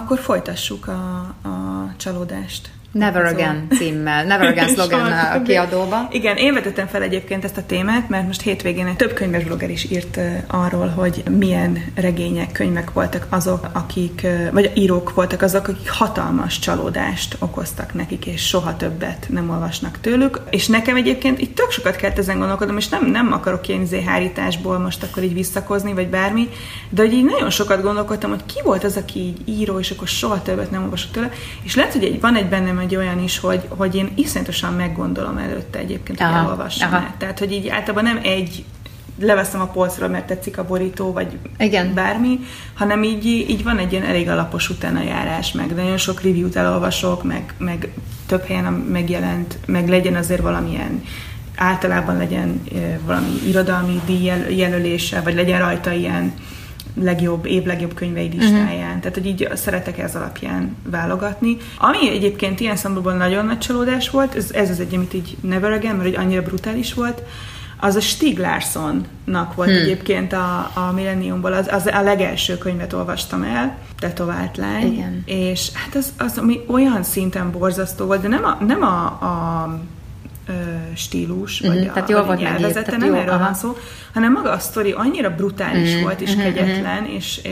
Akkor folytassuk a csalódást. Never Again címmel, Never Again szlogen a kiadóba. Igen, én vetettem fel egyébként ezt a témát, mert most hétvégén több könyves blogger is írt arról, hogy milyen regények, könyvek voltak azok, vagy írók voltak azok, akik hatalmas csalódást okoztak nekik, és soha többet nem olvasnak tőlük. És nekem egyébként itt tök sokat kellett ezen gondolkodnom, és nem akarok ilyen hárításból most akkor így visszakozni, vagy bármi, de hogy így nagyon sokat gondolkodtam, hogy ki volt az, aki így író, és akkor soha többet nem olvasok tőle. És lehet, hogy van egy bennem egy olyan is, hogy én iszonyatosan meggondolom előtte egyébként, hogy elolvassam el. Tehát, hogy így általában nem leveszem a polcról, mert tetszik a borító, vagy bármi, hanem így van egy ilyen elég alapos utánajárás, meg nagyon sok review-t elolvasok, meg több helyen megjelent, meg legyen azért valamilyen, általában legyen valami irodalmi díjjelölése, vagy legyen rajta ilyen év legjobb könyvei listáján. Tehát, hogy így szeretek ez alapján válogatni. Ami egyébként ilyen szempontból nagyon nagy csalódás volt, ez az egy, amit így Never Again, mert hogy annyira brutális volt, az a Stieg Larssonnak volt egyébként a Millenniumból, az a legelső könyvet olvastam el, Tetovált lány. Igen. És hát az ami olyan szinten borzasztó volt, de nem a stílus, vagy tehát jól volt nyelvezete, nem erről van szó, hanem maga a sztori annyira brutális volt, és kegyetlen,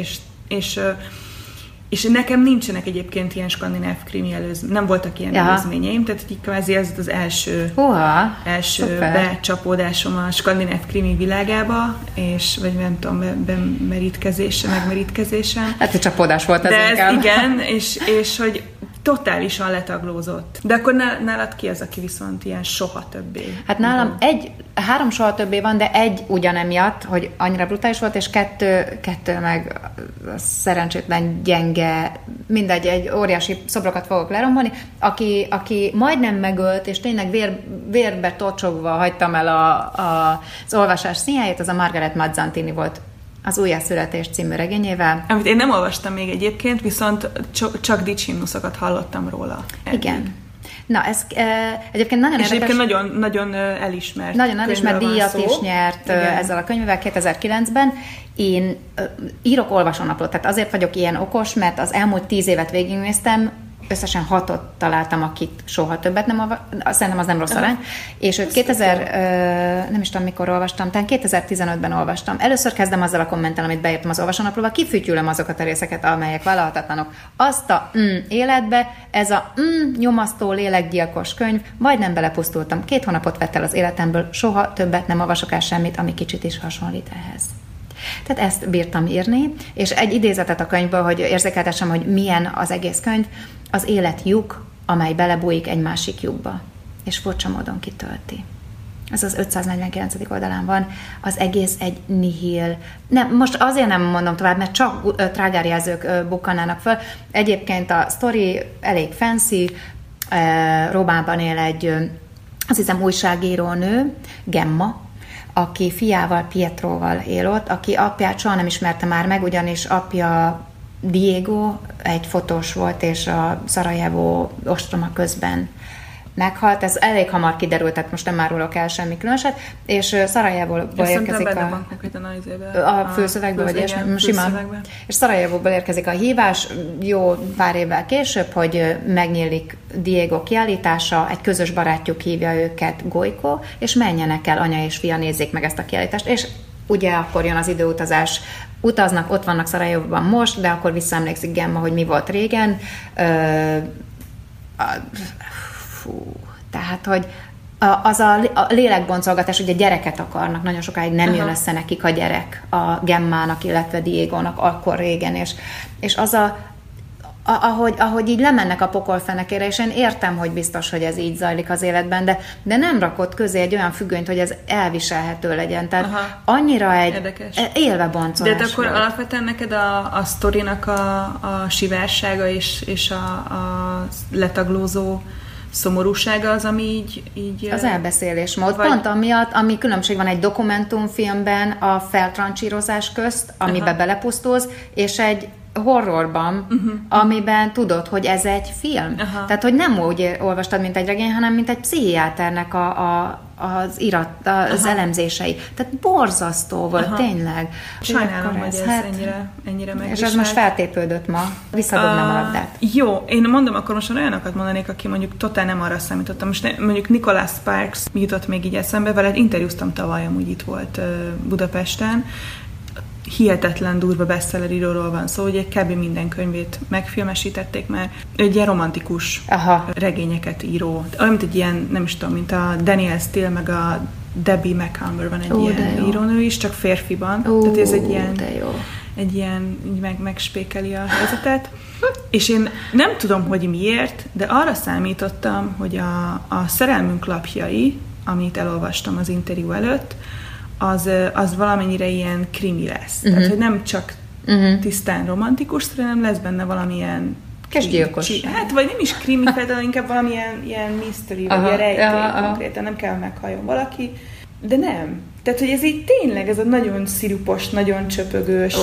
és nekem nincsenek egyébként ilyen skandináv krimi nem voltak ilyen előzményeim, tehát így kvázi ez az első becsapódásom a skandináv krimi világába, és vagy nem tudom, megmerítkezésem. Hát, hogy csapódás volt ez inkább. Ez igen, és hogy totálisan letaglózott. De akkor nálad ki az, aki viszont ilyen soha többé? Hát nálam 3 soha többé van, de 1 ugyanemiatt, hogy annyira brutális volt, és 2 meg szerencsétlen, gyenge, mindegy, egy óriási szobrokat fogok lerombolni, aki majdnem megölt, és tényleg vérbe tocsogva hagytam el az olvasás színjáját, az a Margaret Mazzantini volt. Az Újjászületés című regényével. Amit én nem olvastam még egyébként, viszont csak dicsimnuszokat hallottam róla. Igen. Na, ez egyébként nagyon érdekes. És egyébként nagyon, nagyon elismert. Nagyon elismert díjat is nyert ezzel a könyvével 2009-ben. Én írok olvasónaplót, tehát azért vagyok ilyen okos, mert az elmúlt 10 évet végignéztem, összesen 6-ot találtam, akit soha többet nem szerintem az nem rossz arány, és őt nem is tudom mikor olvastam, talán 2015-ben olvastam. Először kezdem azzal a kommentel, amit beírtam az olvasónaplóba, kifütyülöm azokat a részeket, amelyek vállalhatatlanok. Azt a életbe, ez a nyomasztó, lélekgyilkos könyv, majdnem belepusztultam. 2 hónapot vett el az életemből, soha többet nem olvasok el semmit, ami kicsit is hasonlít ehhez. Tehát ezt bírtam írni, és egy idézetet a könyvből, hogy érzékeltessem, hogy milyen az egész könyv, az élet lyuk, amely belebújik egy másik lyukba, és furcsa módon kitölti. Ez az 549. oldalán van, az egész egy nihil. Nem, most azért nem mondom tovább, mert csak trágárjelzők bukkanának föl. Egyébként a sztori elég fancy, Rómában él egy, azt hiszem, újságírónő, Gemma, aki fiával, Pietroval él ott, aki apját soha nem ismerte már meg, ugyanis apja Diego egy fotós volt, és a Szarajevó ostroma közben meghalt. Ez elég hamar kiderült, tehát most nem árulok el semmi különöset, és Szarajevóból érkezik a főszövegből, vagy ilyesmi, simán. És Szarajevóból érkezik a hívás, jó pár évvel később, hogy megnyílik Diego kiállítása, egy közös barátjuk hívja őket, Gojko, és menjenek el, anya és fia, nézzék meg ezt a kiállítást, és ugye akkor jön az időutazás, utaznak, ott vannak Szarajevóban most, de akkor visszaemlékszik Gemma, hogy mi volt régen. Tehát, hogy az a lélekboncolgatás, ugye gyereket akarnak, nagyon sokáig nem jön össze nekik a gyerek a Gemmának, illetve Diegónak akkor régen, és az ahogy így lemennek a pokolfenekére, és én értem, hogy biztos, hogy ez így zajlik az életben, de nem rakott közé egy olyan függönyt, hogy ez elviselhető legyen. Tehát annyira egy élve boncolás. De akkor alapvetően neked a sztorinak a sivársága és a letaglózó szomorúsága az, ami így az elbeszélésmód. Pont amiatt, ami különbség van egy dokumentumfilmben a feltrancsírozás közt, amiben belepusztulsz, és egy horrorban, amiben tudod, hogy ez egy film. Tehát, hogy nem úgy olvastad, mint egy regény, hanem mint egy pszichiáternek a az irat, az elemzései. Tehát borzasztó volt, tényleg. Sajnálom, hogy ez ennyire megviselt. És ez most feltépődött ma. Visszadobnám a labdát. Jó, én mondom, akkor most olyanokat mondanék, aki mondjuk totál nem arra számítottam. Most mondjuk Nicholas Sparks jutott még így eszembe, veled interjúztam tavaly, amúgy itt volt Budapesten. Hihetetlen durva bestselleríróról van szó, ugye kb. Minden könyvét megfilmesítették már. Egy ilyen romantikus regényeket író. Olyan, mint egy ilyen, nem is tudom, mint a Danielle Steele, meg a Debbie McCumber van egy ilyen írónő is, csak férfiban. Tehát ez egy ilyen így megspékeli a helyzetet. És én nem tudom, hogy miért, de arra számítottam, hogy a Szerelmünk lapjai, amit elolvastam az interjú előtt, az valamennyire ilyen krimi lesz. Tehát, hogy nem csak tisztán romantikus, hanem lesz benne valamilyen kisgyilkos. Hát, vagy nem is krimi, például inkább valamilyen ilyen mystery, vagy ilyen rejtély konkrétan, nem kell meghalljon valaki, de nem. Tehát, hogy ez így tényleg, ez a nagyon szirupos, nagyon csöpögős,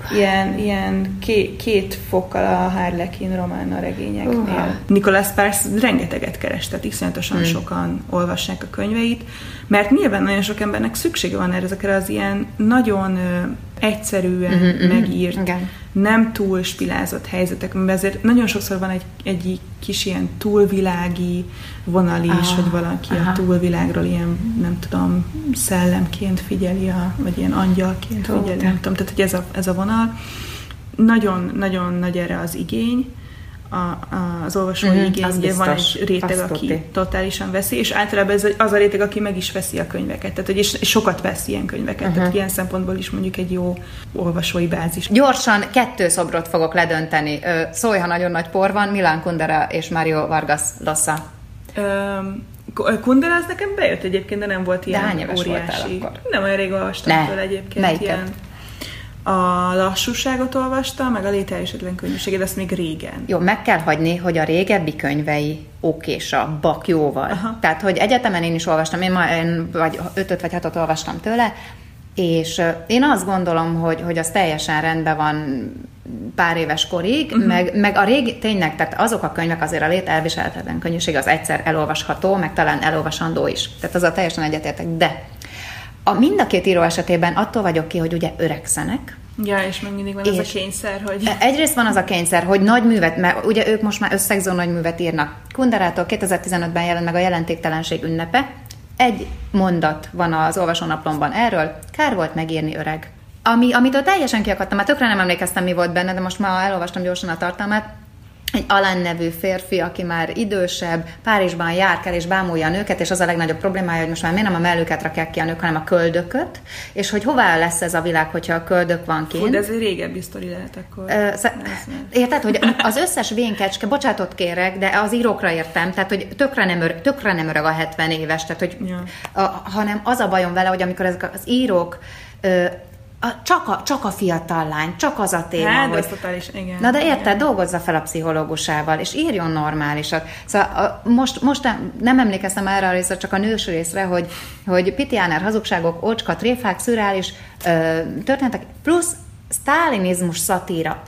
ilyen két fokkal a Harlequin román regényeknél. Nicholas Sparks rengeteget keres, tehát iszonyatosan sokan olvassák a könyveit, mert nyilván nagyon sok embernek szüksége van ezekre az ilyen nagyon egyszerűen megírt, nem túl spilázott helyzetek, mert ezért nagyon sokszor van egy kis ilyen túlvilági vonal is, hogy valaki a túlvilágról ilyen, nem tudom, szellemként figyeli, vagy ilyen angyalként figyeli, nem tudom, tehát hogy ez a vonal. Nagyon nagy erre az igény, az olvasói igény, ugye van egy réteg, aki totálisan veszi, és általában ez az a réteg, aki meg is veszi a könyveket, tehát hogy és sokat vesz ilyen könyveket, tehát ilyen szempontból is mondjuk egy jó olvasói bázis. Gyorsan 2 szobrot fogok ledönteni. Szólj, ha nagyon nagy por van, Milan Kundera és Mario Vargas Llosa. Kundera az nekem bejött egyébként, de nem volt ilyen de hány éves óriási. Nem olyan rég olvastam föl egyébként. Melyiket? Ilyen. A lassúságot olvastam, meg a lételjesetlen könnyűségét, ezt még régen. Jó, meg kell hagyni, hogy a régebbi könyvei okésabbak jóval. Tehát, hogy egyetemen én is olvastam, én vagy 5 vagy 6 olvastam tőle, és én azt gondolom, hogy az teljesen rendben van pár éves korig, meg a régi, tényleg, tehát azok a könyvek azért a lételviselhetetlen könnyűség az egyszer elolvasható, meg talán elolvasandó is. Tehát azzal teljesen egyetértek, de mind a 2 író esetében attól vagyok ki, hogy ugye öregszenek. Ja, és meg mindig van az a kényszer, hogy... Egyrészt van az a kényszer, hogy nagy művet, mert ugye ők most már összegzó nagy művet írnak. Kunderától 2015-ben jelent meg a Jelentéktelenség ünnepe. Egy mondat van az olvasónaplomban erről, kár volt megírni, öreg. Amitől teljesen kiakadtam, mert tökre nem emlékeztem, mi volt benne, de most már elolvastam gyorsan a tartalmát. Egy Alain nevű férfi, aki már idősebb, Párizsban járkál és bámulja a nőket, és az a legnagyobb problémája, hogy most már miért nem a mellőket rakják ki a nők, hanem a köldököt, és hogy hová lesz ez a világ, hogyha a köldök van kint. Fú, de ez egy régebbi sztori lehet akkor. Érted, hogy az összes vénkecske, bocsátot kérek, de az írókra értem, tehát hogy tökre nem öreg a 70 éves, tehát hogy, hanem az a bajom vele, hogy amikor ezek az írók csak a fiatal lány, csak az a téma, hát, hogy... totális, igen. Na de érted, dolgozza fel a pszichológusával, és írjon normálisat. Szóval most nem emlékeztem erre a részre, csak a nős részre, hogy Pitiáner hazugságok, ocska, tréfák, szürreális történetek, plusz sztálinizmus szatíra.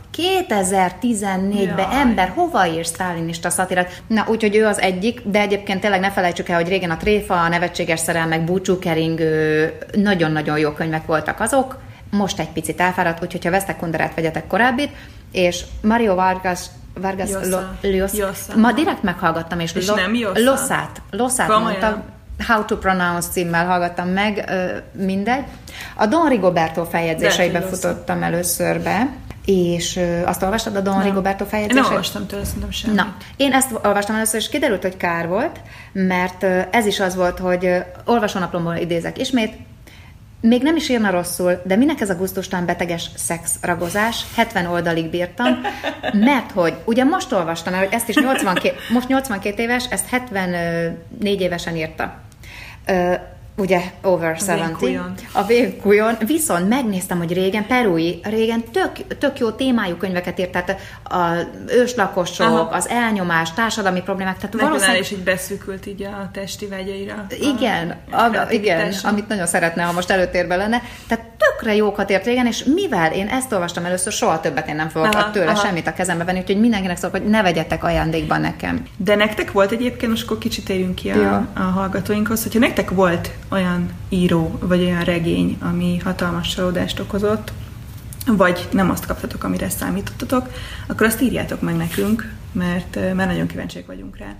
2014-ben ember hova ír sztálinista szatírát? Na, úgyhogy ő az egyik, de egyébként tényleg ne felejtsük el, hogy régen a Tréfa, a Nevetséges szerelmek, Búcsúkeringő, nagyon-nagyon jó könyvek voltak azok. Most egy picit elfáradt, úgyhogy ha vesztek Kunderát, vegyetek korábbit, és Mario Vargas Llosa. Ma direkt meghallgattam, és nem Llosát mondta, How to Pronounce címmel hallgattam meg, mindegy. A Don Rigoberto feljegyzéseibe futottam először be, és azt olvastad a Don Rigoberto feljegyzéseit? Nem olvastam tőle, szerintem semmi. Na, én ezt olvastam először, és kiderült, hogy kár volt, mert ez is az volt, hogy olvasónaplomból idézek ismét, még nem is írna rosszul, de minek ez a gusztustalan beteges szexragozás? 70 oldalig bírtam, mert hogy ugye most olvastam el, hogy ezt is 82 éves, ezt 74 évesen írta. Ugye, over 70. A Vénkújon. Viszont megnéztem, hogy régen tök jó témájú könyveket írt, tehát az őslakosok, az elnyomás, társadalmi problémák. Tehát valószínűleg is így beszűkült így a testi vágyaira. Igen, igen, amit nagyon szeretne, ha most előtérben lenne. Tehát tökre jókat ért régen, és mivel én ezt olvastam először, soha többet én nem fogok tőle semmit a kezembe venni, úgyhogy mindenkinek szólok, hogy ne vegyetek ajándékban nekem. De nektek volt egyébként, most akkor kicsit érjünk ki a hallgatóinkhoz, hogyha nektek volt olyan író, vagy olyan regény, ami hatalmas csalódást okozott, vagy nem azt kaptatok, amire számítottatok, akkor azt írjátok meg nekünk, mert nagyon kíváncsiak vagyunk rá.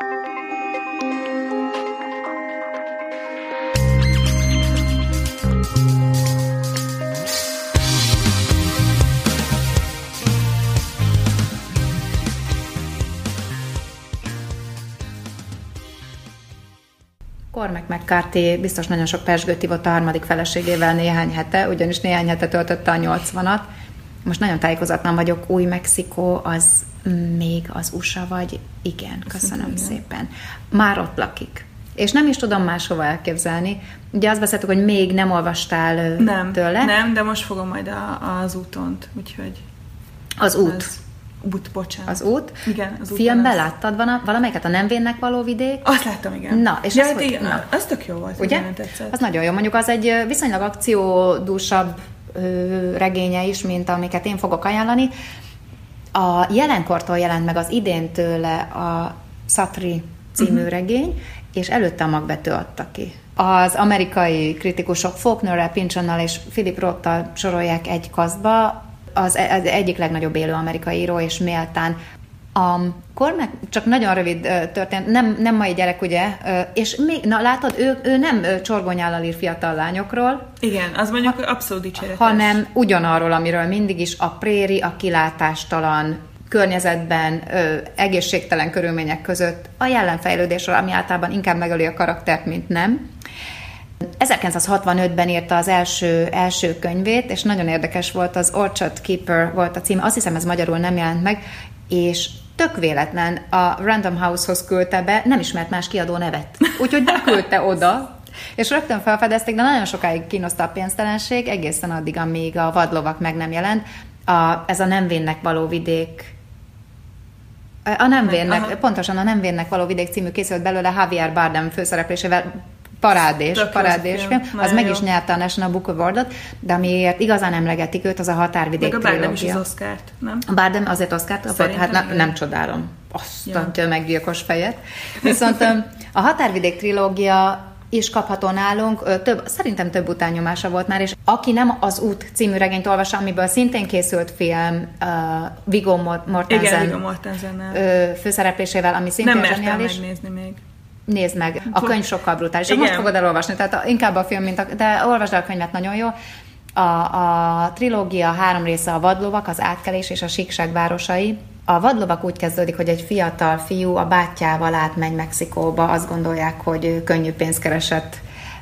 Cormac McCarthy biztos nagyon sok pezsgőt ivott a harmadik feleségével néhány hete, ugyanis néhány hete töltötte a 80-at. Most nagyon tájékozatlan vagyok, Új-Mexikó az még az USA, vagy igen, köszönöm szépen. Már ott lakik. És nem is tudom máshova elképzelni. Ugye azt beszéltük, hogy még nem olvastál tőle. Nem, de most fogom majd az útont, úgyhogy... Az út. Bocsánat. Az út. Igen, az út. Filmben láttad valamelyiket, a Nem vénnek való vidék? Azt láttam, igen. Na, és ja, az tök jó volt. Ugye? Az nagyon jó. Mondjuk az egy viszonylag akciódúsabb regénye is, mint amiket én fogok ajánlani. A jelenkortól jelent meg az idén tőle a Szatri című regény, és előtte a Magbető adta ki. Az amerikai kritikusok Faulknerrel, Pynchonnal és Philip Rothtal sorolják egy kasztba, az egyik legnagyobb élő amerikai író, és méltán. A Cormac, csak nagyon rövid történet, nem mai gyerek, ugye, és még, na látod, ő nem csorgonyállal ír fiatal lányokról. Igen, az mondjuk abszolút dicséretes. Hanem ugyanarról, amiről mindig is a préri, a kilátástalan környezetben, egészségtelen körülmények között a jelenfejlődésről, ami általában inkább megöli a karaktert, mint nem. 1965-ben írta az első könyvét, és nagyon érdekes volt, az Orchard Keeper volt a címe, azt hiszem ez magyarul nem jelent meg, és tök véletlen a Random House-hoz küldte be, nem ismert más kiadó nevet. Úgyhogy beküldte oda, és rögtön felfedezték, de nagyon sokáig kínoszta a pénztelenség, egészen addig, amíg a Vadlovak meg nem jelent. Ez a Nem vénnek való vidék, pontosan a Nem vénnek való vidék című készült belőle Javier Bardem főszereplésével, parádés film. Az meg is nyerte a National Book Award-ot, de amiért igazán emlegetik őt, az a Határvidék trilógia. Meg a Bardem is az Oscart, nem? A Bardem azért Oscart kapott, hát nem csodálom azt a tömeggyilkos fejet. Viszont a Határvidék trilógia is kapható nálunk, szerintem több utányomása volt már, és aki nem az Út című regényt olvassa, amiből szintén készült film Viggo Mortensen főszereplésével, ami szintén nem zseniális. Nem mertem megnézni még. Nézd meg, a könyv sokkal brutálisabb. Most fogod elolvasni, tehát inkább a film, de olvasd el a könyvet, nagyon jó. A trilógia 3 része a Vadlovak, az Átkelés és a Síkság városai. A Vadlovak úgy kezdődik, hogy egy fiatal fiú a bátyjával átmegy Mexikóba, azt gondolják, hogy könnyű pénzkeresettel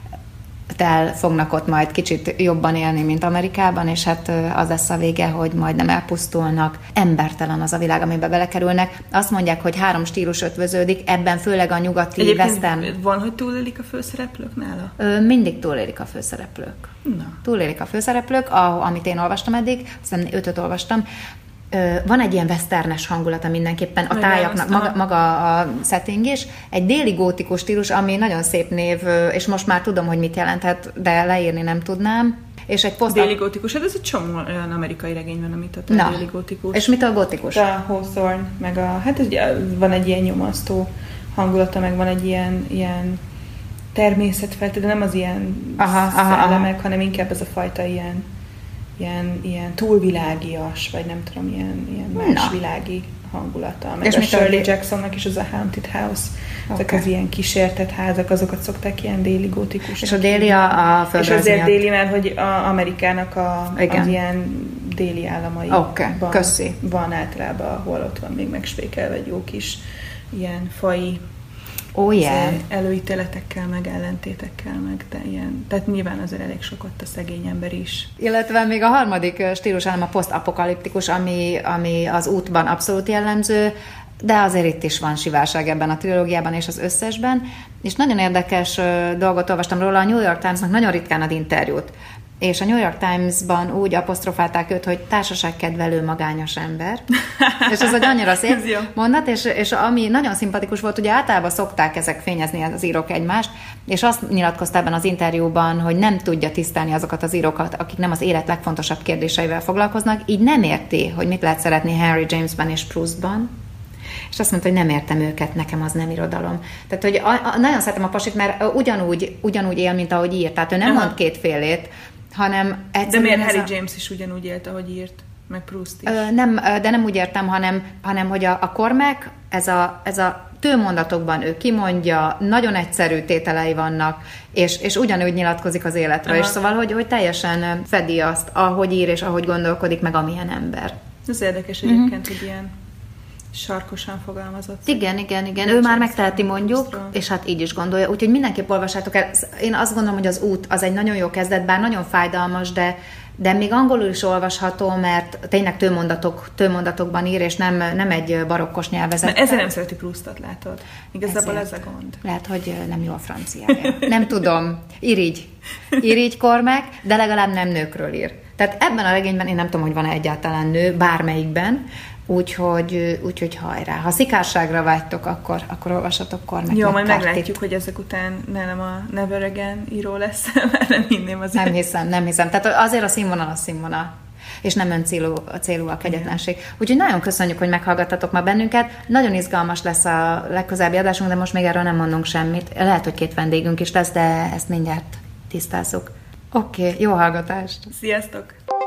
fognak ott majd kicsit jobban élni, mint Amerikában, és hát az lesz a vége, hogy majdnem elpusztulnak. Embertelen az a világ, amiben belekerülnek. Azt mondják, hogy 3 stílus ötvöződik, ebben főleg a nyugati western. Van, hogy túlélik a főszereplők nála? Mindig túlélik a főszereplők. Na. Túlélik a főszereplők, amit én olvastam eddig, aztán 5-öt olvastam. Van egy ilyen westernes hangulata mindenképpen, a tájaknak, maga a setting is. Egy déli gótikus stílus, ami nagyon szép név, és most már tudom, hogy mit jelenthet, de leírni nem tudnám. És egy déli gótikus, hát ez egy csomó olyan amerikai regény van, amit a déli gótikus. És mit a gótikus? A Hawthorne, meg van egy ilyen nyomasztó hangulata, meg van egy ilyen természetfejtő, de nem az ilyen szellemek, hanem inkább ez a fajta ilyen túlvilágias, vagy nem tudom, ilyen másvilági hangulata. Meg és a Shirley Jacksonnak is az a Haunted House. Ezek az ilyen kísértett házak, azokat szokták ilyen déli gótikus. És a déli a földrajz és azért déli, mert hogy Amerikának az ilyen déli államaiban van általában, ahol ott van még megspékelve egy jó kis ilyen faji előítéletekkel, meg ellentétekkel, meg tehát nyilván azért elég sok ott a szegény ember is. Illetve még a harmadik stílusállam a posztapokaliptikus, ami az Útban abszolút jellemző, de azért itt is van sivárság ebben a trilógiában és az összesben. És nagyon érdekes dolgot olvastam róla, a New York Timesnak nagyon ritkán ad interjút. és a New York Times-ban úgy apostrofálták őt, hogy társaságkedvelő magányos ember. És ez egy annyira szép mondat, és ami nagyon szimpatikus volt, ugye általában szokták ezek fényezni az írók egymást, és azt nyilatkozta ebben az interjúban, hogy nem tudja tisztelni azokat az írókat, akik nem az élet legfontosabb kérdéseivel foglalkoznak, így nem érti, hogy mit lehet szeretni Henry Jamesben és Proustban, és azt mondta, hogy nem értem őket, nekem az nem irodalom. Tehát, hogy nagyon szeretem a pasit, mert ugyanúgy él, mint ahogy írt. Tehát ő nem mond kétfélét, hanem egyszerűen... De miért Harry James is ugyanúgy élt, ahogy írt, meg Proust is? De nem úgy értem, hanem hogy a Cormac, ez a tőmondatokban ő kimondja, nagyon egyszerű tételei vannak, és ugyanúgy nyilatkozik az életről, és szóval, hogy teljesen fedi azt, ahogy ír, és ahogy gondolkodik, meg amilyen ember. Ez érdekes egyébként, hogy ilyen sarkosan fogalmazott. Igen. Ő már megteheti mondjuk, és hát így is gondolja. Úgyhogy mindenképp olvassátok el. Én azt gondolom, hogy az út az egy nagyon jó kezdet, bár nagyon fájdalmas, de még angolul is olvasható, mert tényleg tőmondatokban ír, és nem egy barokkos nyelvezettel. Ezzel nem szereti Proustot, látod? Igazából ez a gond. Lehet, hogy nem jó a franciája. Nem tudom. Ír így Cormac, de legalább nem nőkről ír. Tehát ebben a regényben én nem tudom, hogy van-e egyáltalán nő, bármelyikben, úgyhogy hajrá. Ha szikárságra vágytok, akkor olvassatok Cormac. Jó, majd meglátjuk, hogy ezek után nem a Never Again író lesz, mert nem hinném azért. Nem hiszem. Tehát azért a színvonal. És nem öncélú a kegyetlenség. Úgyhogy nagyon köszönjük, hogy meghallgattatok ma bennünket. Nagyon izgalmas lesz a legközelebbi adásunk, de most még erről nem mondunk semmit. Lehet, hogy 2 vendégünk is lesz, de ezt mindjárt tisztázzuk. Oké, jó hallgatást! Sziasztok!